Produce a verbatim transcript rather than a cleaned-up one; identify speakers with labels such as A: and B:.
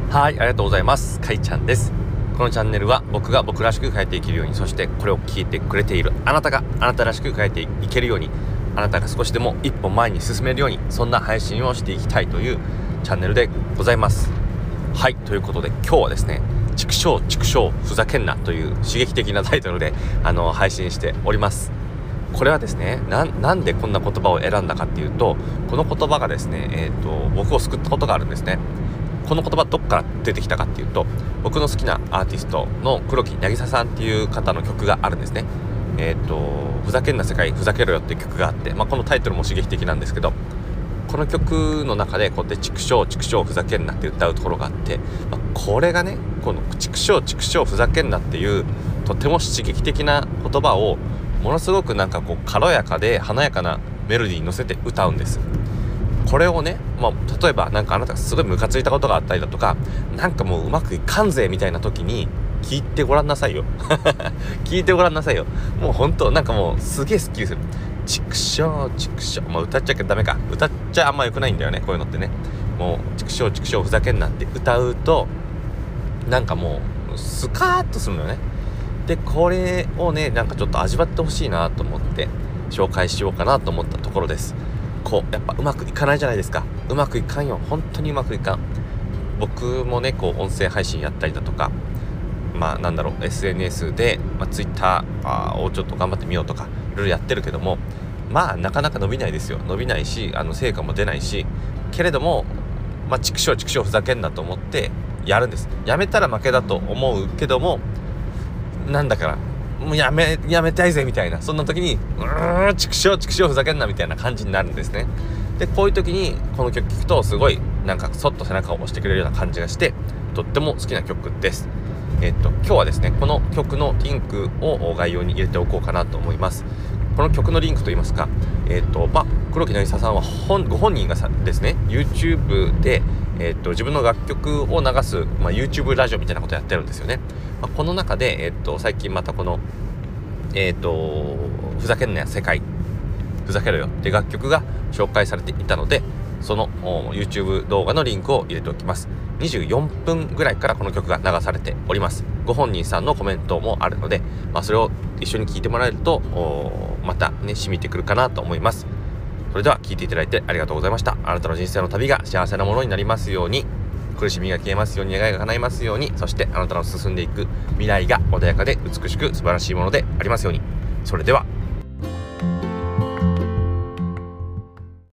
A: はい、ありがとうございます。かいちゃんです。このチャンネルは僕が僕らしく変えていけるように、そしてこれを聞いてくれているあなたがあなたらしく変えていけるように、あなたが少しでも一歩前に進めるように、そんな配信をしていきたいというチャンネルでございます。はい、ということで今日はですね、畜生畜生ふざけんなという刺激的なタイトルであの配信しております。これはですね、な, なんでこんな言葉を選んだかっていうと、この言葉がですね、えーと、僕を救ったことがあるんですね。この言葉どっから出てきたかっていうと、僕の好きなアーティストの黒木渚さんっていう方の曲があるんですね。えっとふざけんな世界ふざけろよっていう曲があって、まあ、このタイトルも刺激的なんですけど、この曲の中でこうやって畜生畜生ふざけんなって歌うところがあって、まあ、これがね、この畜生畜生ふざけんなっていうとても刺激的な言葉をものすごくなんかこう軽やかで華やかなメロディーに乗せて歌うんです。これをね、まあ、例えばなんかあなたがすごいムカついたことがあったりだとか、なんかもううまくいかんぜみたいな時に聞いてごらんなさいよ聞いてごらんなさいよ。もうほんとなんかもうすげえスッキリする。畜生畜生、まあ歌っちゃダメか、歌っちゃあんま良くないんだよね、こういうのってね。もう畜生畜生ふざけんなって歌うとなんかもうスカーッとするのよね。でこれをね、なんかちょっと味わってほしいなと思って紹介しようかなと思ったところです。こうやっぱうまくいかないじゃないですか。うまくいかんよ、本当にうまくいかん。僕もね、こう音声配信やったりだとか、まあなんだろう エスエヌエス で、まあ、Twitter をちょっと頑張ってみようとかいろいろやってるけども、まあなかなか伸びないですよ。伸びないし、あの成果も出ないし、けれどもまあ畜生畜生ふざけんなと思ってやるんです。やめたら負けだと思うけども、なんだからもうやめやめたいぜみたいな、そんな時にうーん畜生畜生ふざけんなみたいな感じになるんですね。でこういう時にこの曲聴くとすごいなんかそっと背中を押してくれるような感じがして、とっても好きな曲です。えっと今日はですね、この曲のリンクを概要に入れておこうかなと思います。この曲のリンクといいますか、えっとまあ黒木渚さんは本ご本人がさですね YouTube でえー、と自分の楽曲を流す、まあ、YouTube ラジオみたいなことやってるんですよね。まあ、この中で、えー、と最近またこの、えー、とふざけんな世界ふざけろよって楽曲が紹介されていたので、その YouTube 動画のリンクを入れておきます。にじゅうよんぷんぐらいからこの曲が流されております。ご本人さんのコメントもあるので、まあ、それを一緒に聞いてもらえるとまたね染みてくるかなと思います。それでは聞いていただいてありがとうございました。あなたの人生の旅が幸せなものになりますように、苦しみが消えますように、願いが叶いますように、そしてあなたの進んでいく未来が穏やかで美しく素晴らしいものでありますように。それでは。